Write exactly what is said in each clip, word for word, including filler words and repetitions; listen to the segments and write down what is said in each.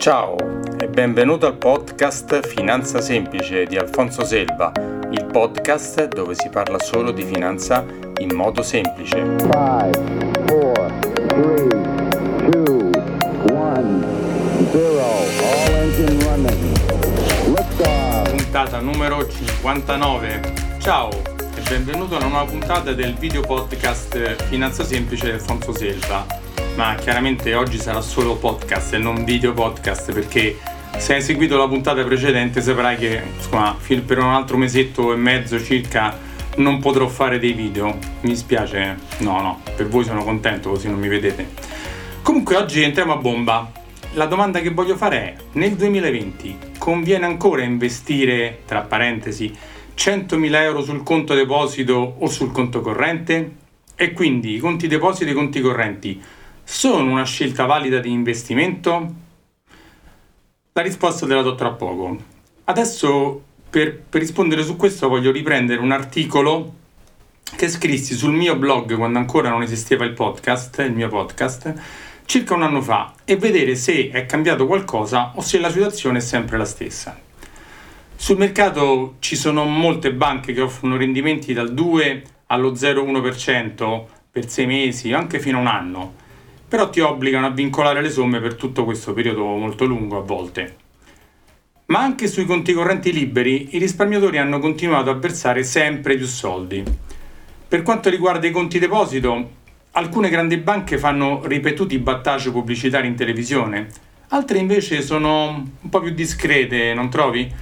Ciao e benvenuto al podcast Finanza Semplice di Alfonso Selva, il podcast dove si parla solo di finanza in modo semplice. five, four, three, two, one, zero. All engine running. Liftoff. Puntata numero cinquantanove. Ciao e benvenuto a una nuova puntata del video podcast Finanza Semplice di Alfonso Selva. Ma chiaramente oggi sarà solo podcast e non video podcast, perché se hai seguito la puntata precedente saprai che insomma, per un altro mesetto e mezzo circa non potrò fare dei video. Mi dispiace, no no, per voi sono contento così non mi vedete. Comunque oggi entriamo a bomba. La domanda che voglio fare è: nel duemilaventi conviene ancora investire, tra parentesi, centomila euro sul conto deposito o sul conto corrente? E quindi i conti deposito e i conti correnti sono una scelta valida di investimento? La risposta te la do tra poco. Adesso per, per rispondere su questo voglio riprendere un articolo che scrissi sul mio blog quando ancora non esisteva il podcast, il mio podcast, circa un anno fa, e vedere se è cambiato qualcosa o se la situazione è sempre la stessa. Sul mercato ci sono molte banche che offrono rendimenti dal due allo zero virgola uno per cento per sei mesi o anche fino a un anno, però ti obbligano a vincolare le somme per tutto questo periodo molto lungo a volte. Ma anche sui conti correnti liberi i risparmiatori hanno continuato a versare sempre più soldi. Per quanto riguarda i conti deposito, alcune grandi banche fanno ripetuti battage pubblicitari in televisione, altre invece sono un po' più discrete, non trovi?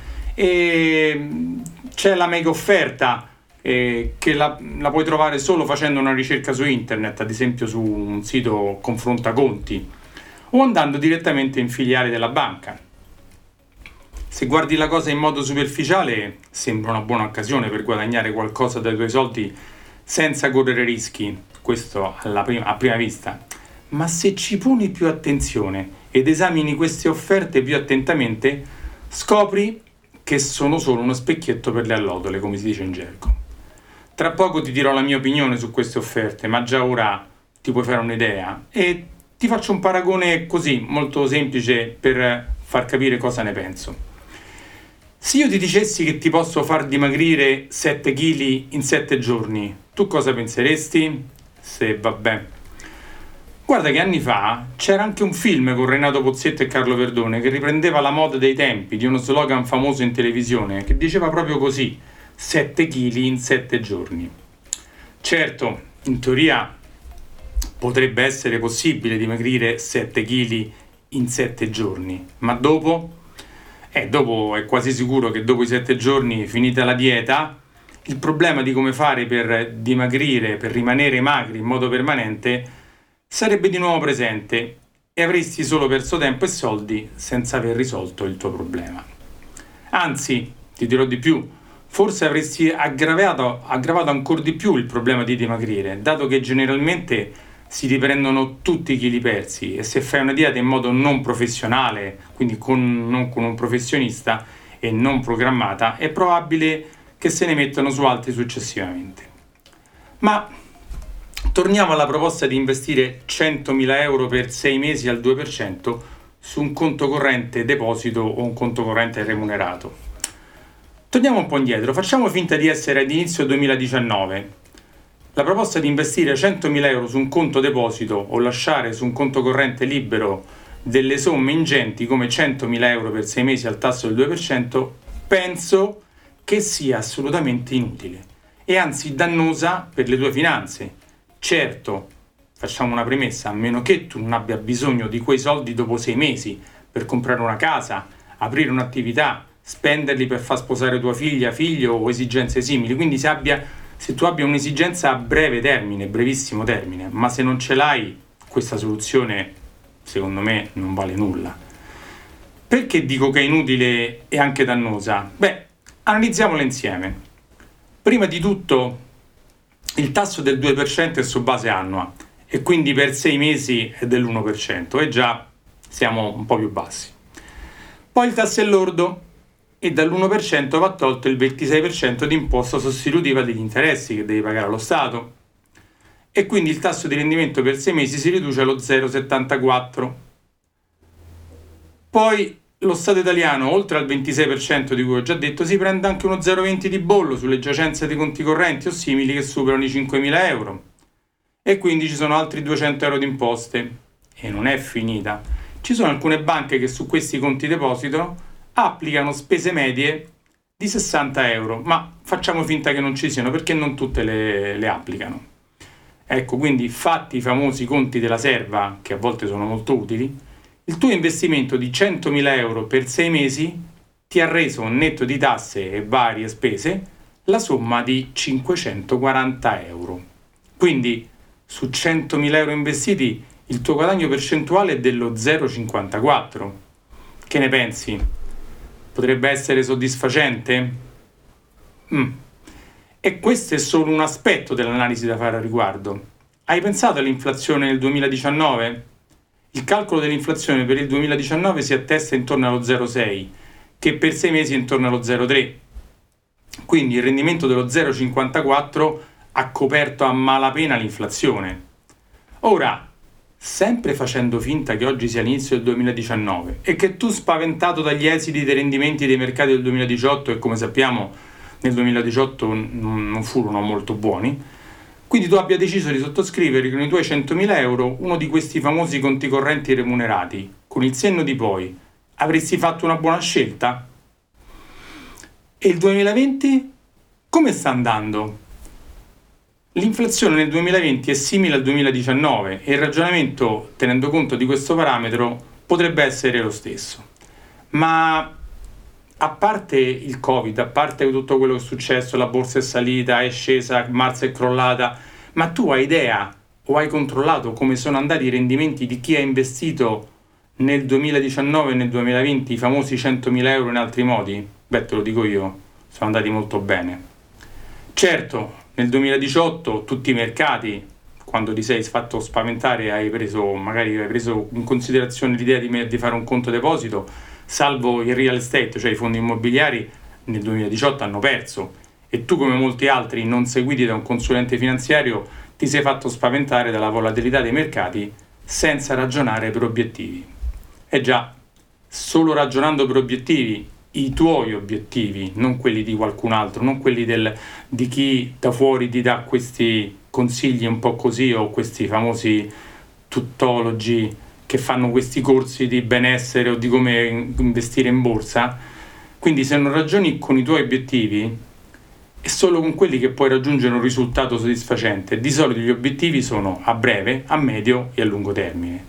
E c'è la mega offerta eh, che la, la puoi trovare solo facendo una ricerca su internet, ad esempio su un sito Confronta Conti, o andando direttamente in filiale della banca. Se guardi la cosa in modo superficiale sembra una buona occasione per guadagnare qualcosa dai tuoi soldi senza correre rischi, questo alla prima, a prima vista. Ma se ci poni più attenzione ed esamini queste offerte più attentamente, scopri che sono solo uno specchietto per le allodole, come si dice in gergo. Tra poco ti dirò la mia opinione su queste offerte, ma già ora ti puoi fare un'idea e ti faccio un paragone così, molto semplice, per far capire cosa ne penso. Se io ti dicessi che ti posso far dimagrire sette chili in sette giorni, tu cosa penseresti? Se vabbè. Guarda che anni fa c'era anche un film con Renato Pozzetto e Carlo Verdone che riprendeva la moda dei tempi di uno slogan famoso in televisione che diceva proprio così: sette chili in sette giorni. Certo, in teoria potrebbe essere possibile dimagrire sette chili in sette giorni, ma dopo? Eh, dopo è quasi sicuro che dopo i sette giorni, finita la dieta, il problema di come fare per dimagrire, per rimanere magri in modo permanente, sarebbe di nuovo presente e avresti solo perso tempo e soldi senza aver risolto il tuo problema. Anzi, ti dirò di più, forse avresti aggravato, aggravato ancora di più il problema di dimagrire, dato che generalmente si riprendono tutti i chili persi e se fai una dieta in modo non professionale, quindi con, non con un professionista e non programmata, è probabile che se ne mettano su altri successivamente. Ma torniamo alla proposta di investire centomila euro per sei mesi al due per cento su un conto corrente deposito o un conto corrente remunerato. Torniamo un po' indietro, facciamo finta di essere ad inizio duemiladiciannove. La proposta di investire centomila euro su un conto deposito o lasciare su un conto corrente libero delle somme ingenti come centomila euro per sei mesi al tasso del due per cento penso che sia assolutamente inutile e anzi dannosa per le tue finanze. Certo, facciamo una premessa, a meno che tu non abbia bisogno di quei soldi dopo sei mesi per comprare una casa, aprire un'attività, spenderli per far sposare tua figlia, figlio o esigenze simili. Quindi se, abbia, se tu abbia un'esigenza a breve termine, brevissimo termine, ma se non ce l'hai, questa soluzione secondo me non vale nulla. Perché dico che è inutile e anche dannosa? Beh, analizziamola insieme. Prima di tutto, il tasso del due per cento è su base annua e quindi per sei mesi è dell'uno per cento e già siamo un po' più bassi. Poi il tasso è lordo e dall'uno per cento va tolto il ventisei per cento di imposta sostitutiva degli interessi che devi pagare allo Stato e quindi il tasso di rendimento per sei mesi si riduce allo zero virgola settantaquattro. Poi lo Stato italiano, oltre al ventisei per cento di cui ho già detto, si prende anche uno zero virgola venti di bollo sulle giacenze dei conti correnti o simili che superano i cinquemila euro. E quindi ci sono altri duecento euro di imposte. E non è finita. Ci sono alcune banche che su questi conti deposito applicano spese medie di sessanta euro, ma facciamo finta che non ci siano perché non tutte le, le applicano. Ecco, quindi fatti i famosi conti della serva, che a volte sono molto utili, il tuo investimento di centomila euro per sei mesi ti ha reso, netto di tasse e varie spese, la somma di cinquecentoquaranta euro. Quindi su centomila euro investiti il tuo guadagno percentuale è dello zero virgola cinquantaquattro. Che ne pensi? Potrebbe essere soddisfacente? Mm. E questo è solo un aspetto dell'analisi da fare a riguardo. Hai pensato all'inflazione nel duemiladiciannove? Il calcolo dell'inflazione per il duemiladiciannove si attesta intorno allo zero virgola sei, che per sei mesi è intorno allo zero virgola tre. Quindi il rendimento dello zero virgola cinquantaquattro ha coperto a malapena l'inflazione. Ora, sempre facendo finta che oggi sia l'inizio del duemiladiciannove e che tu, spaventato dagli esiti dei rendimenti dei mercati del duemiladiciotto, e come sappiamo nel duemiladiciotto non furono molto buoni, quindi tu abbia deciso di sottoscrivere con i tuoi centomila euro uno di questi famosi conti correnti remunerati, con il senno di poi, avresti fatto una buona scelta? E il duemilaventi? Come sta andando? L'inflazione nel duemilaventi è simile al duemiladiciannove e il ragionamento, tenendo conto di questo parametro, potrebbe essere lo stesso. Ma a parte il Covid, a parte tutto quello che è successo, la borsa è salita, è scesa, marzo è crollata, ma tu hai idea o hai controllato come sono andati i rendimenti di chi ha investito nel duemiladiciannove e nel duemilaventi i famosi centomila euro in altri modi? Beh, te lo dico io, sono andati molto bene. Certo, nel duemiladiciotto tutti i mercati, quando ti sei fatto spaventare, hai preso, magari hai preso in considerazione l'idea di, di fare un conto deposito, salvo il real estate, cioè i fondi immobiliari, nel duemiladiciotto hanno perso e tu, come molti altri non seguiti da un consulente finanziario, ti sei fatto spaventare dalla volatilità dei mercati senza ragionare per obiettivi. E già, solo ragionando per obiettivi, i tuoi obiettivi, non quelli di qualcun altro, non quelli del, di chi da fuori ti dà questi consigli un po' così, o questi famosi tuttologi che fanno questi corsi di benessere o di come investire in borsa. Quindi se non ragioni con i tuoi obiettivi, è solo con quelli che puoi raggiungere un risultato soddisfacente. Di solito gli obiettivi sono a breve, a medio e a lungo termine.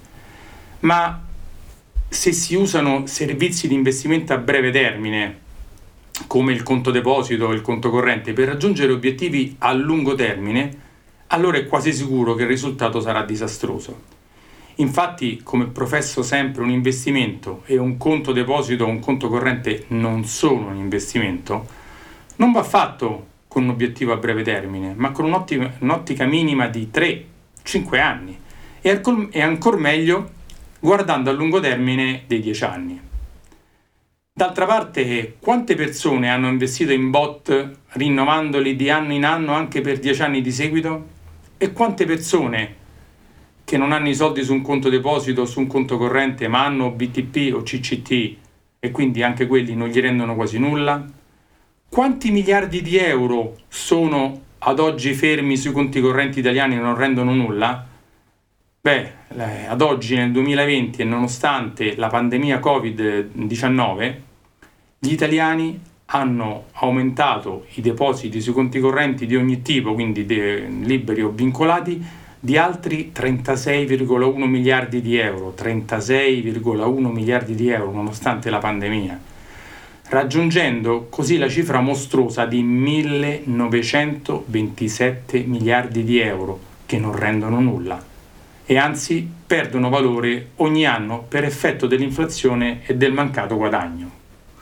Ma se si usano servizi di investimento a breve termine, come il conto deposito o il conto corrente, per raggiungere obiettivi a lungo termine, allora è quasi sicuro che il risultato sarà disastroso. Infatti, come professo sempre, un investimento e un conto deposito o un conto corrente non sono un investimento, non va fatto con un obiettivo a breve termine, ma con un'ottica, un'ottica minima di tre cinque anni e, e ancor meglio guardando a lungo termine dei dieci anni. D'altra parte, quante persone hanno investito in bot rinnovandoli di anno in anno anche per dieci anni di seguito? E quante persone che non hanno i soldi su un conto deposito o su un conto corrente, ma hanno B T P o C C T e quindi anche quelli non gli rendono quasi nulla? Quanti miliardi di euro sono ad oggi fermi sui conti correnti italiani e non rendono nulla? Beh, ad oggi nel duemilaventi, e nonostante la pandemia covid diciannove, gli italiani hanno aumentato i depositi sui conti correnti di ogni tipo, quindi de- liberi o vincolati, di altri trentasei virgola uno miliardi di euro, trentasei virgola uno miliardi di euro nonostante la pandemia, raggiungendo così la cifra mostruosa di millenovecentoventisette miliardi di euro, che non rendono nulla e anzi perdono valore ogni anno per effetto dell'inflazione e del mancato guadagno.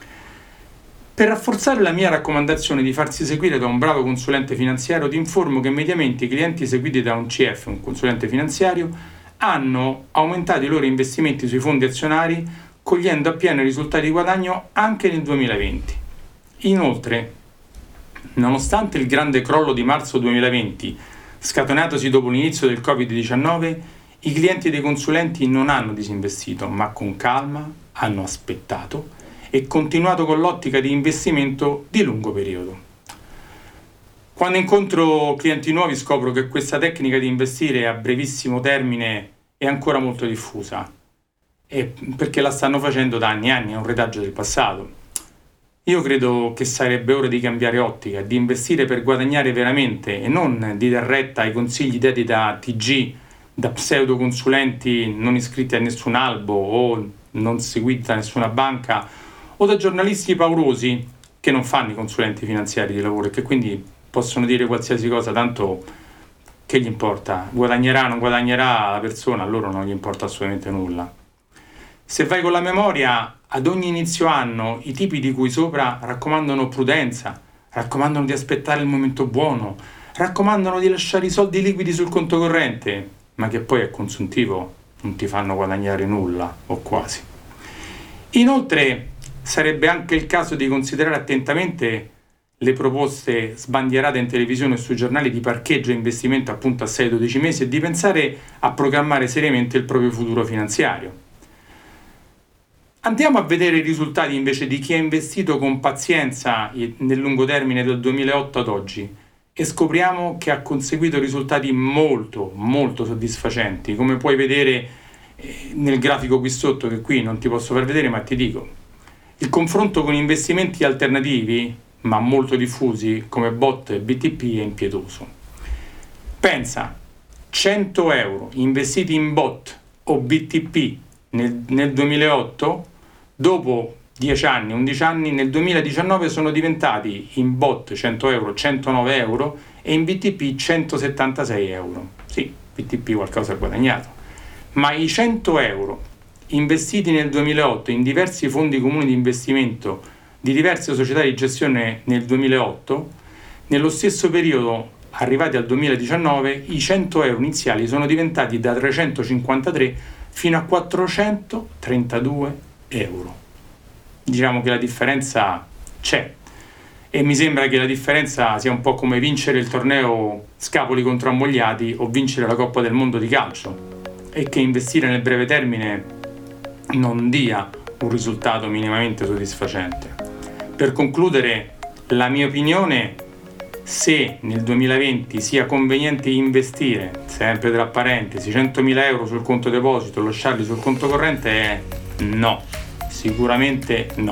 Per rafforzare la mia raccomandazione di farsi seguire da un bravo consulente finanziario, ti informo che mediamente i clienti seguiti da un C F, un consulente finanziario, hanno aumentato i loro investimenti sui fondi azionari, cogliendo appieno i risultati di guadagno anche nel duemilaventi. Inoltre, nonostante il grande crollo di marzo duemilaventi, scatenatosi dopo l'inizio del covid diciannove, i clienti dei consulenti non hanno disinvestito, ma con calma hanno aspettato e continuato con l'ottica di investimento di lungo periodo. Quando incontro clienti nuovi scopro che questa tecnica di investire a brevissimo termine è ancora molto diffusa, e perché la stanno facendo da anni e anni, è un retaggio del passato. Io credo che sarebbe ora di cambiare ottica, di investire per guadagnare veramente e non di dar retta ai consigli dati da T G, da pseudoconsulenti non iscritti a nessun albo o non seguiti da nessuna banca o da giornalisti paurosi che non fanno i consulenti finanziari di lavoro e che quindi possono dire qualsiasi cosa, tanto che gli importa? Guadagnerà o non guadagnerà la persona, a loro non gli importa assolutamente nulla. Se vai con la memoria, ad ogni inizio anno i tipi di cui sopra raccomandano prudenza, raccomandano di aspettare il momento buono, raccomandano di lasciare i soldi liquidi sul conto corrente, ma che poi a consuntivo non ti fanno guadagnare nulla, o quasi. Inoltre, sarebbe anche il caso di considerare attentamente le proposte sbandierate in televisione e sui giornali di parcheggio e investimento appunto a sei dodici mesi e di pensare a programmare seriamente il proprio futuro finanziario. Andiamo a vedere i risultati invece di chi ha investito con pazienza nel lungo termine dal duemilaotto ad oggi e scopriamo che ha conseguito risultati molto, molto soddisfacenti, come puoi vedere nel grafico qui sotto, che qui non ti posso far vedere, ma ti dico. Il confronto con investimenti alternativi, ma molto diffusi, come B O T e B T P, è impietoso. Pensa, cento euro investiti in B O T o B T P nel, nel duemilaotto, dopo dieci anni, undici anni, nel duemiladiciannove sono diventati in B O T cento euro, centonove euro e in B T P centosettantasei euro. Sì, B T P qualcosa ha guadagnato. Ma i cento euro investiti nel duemilaotto in diversi fondi comuni di investimento di diverse società di gestione nel duemilaotto, nello stesso periodo, arrivati al duemiladiciannove, i cento euro iniziali sono diventati da trecentocinquantatré fino a quattrocentotrentadue euro. Diciamo che la differenza c'è e mi sembra che la differenza sia un po' come vincere il torneo Scapoli contro Ammogliati o vincere la Coppa del Mondo di calcio, e che investire nel breve termine non dia un risultato minimamente soddisfacente. Per concludere, la mia opinione: se nel duemilaventi sia conveniente investire, sempre tra parentesi, centomila euro sul conto deposito, lasciarli sul conto corrente, è no, sicuramente no.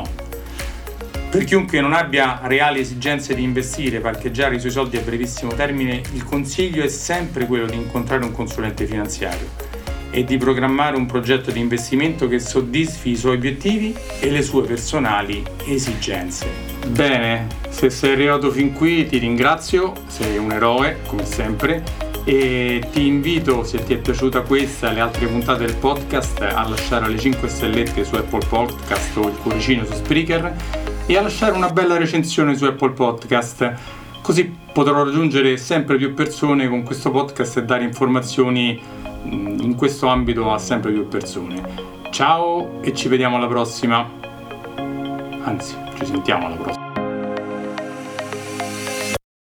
Per chiunque non abbia reali esigenze di investire, parcheggiare i suoi soldi a brevissimo termine, il consiglio è sempre quello di incontrare un consulente finanziario e di programmare un progetto di investimento che soddisfi i suoi obiettivi e le sue personali esigenze. Bene, se sei arrivato fin qui ti ringrazio, sei un eroe come sempre, e ti invito, se ti è piaciuta questa e le altre puntate del podcast, a lasciare le cinque stellette su Apple Podcast o il cuoricino su Spreaker e a lasciare una bella recensione su Apple Podcast, così potrò raggiungere sempre più persone con questo podcast e dare informazioni in questo ambito a sempre più persone. Ciao e ci vediamo alla prossima, anzi ci sentiamo alla prossima.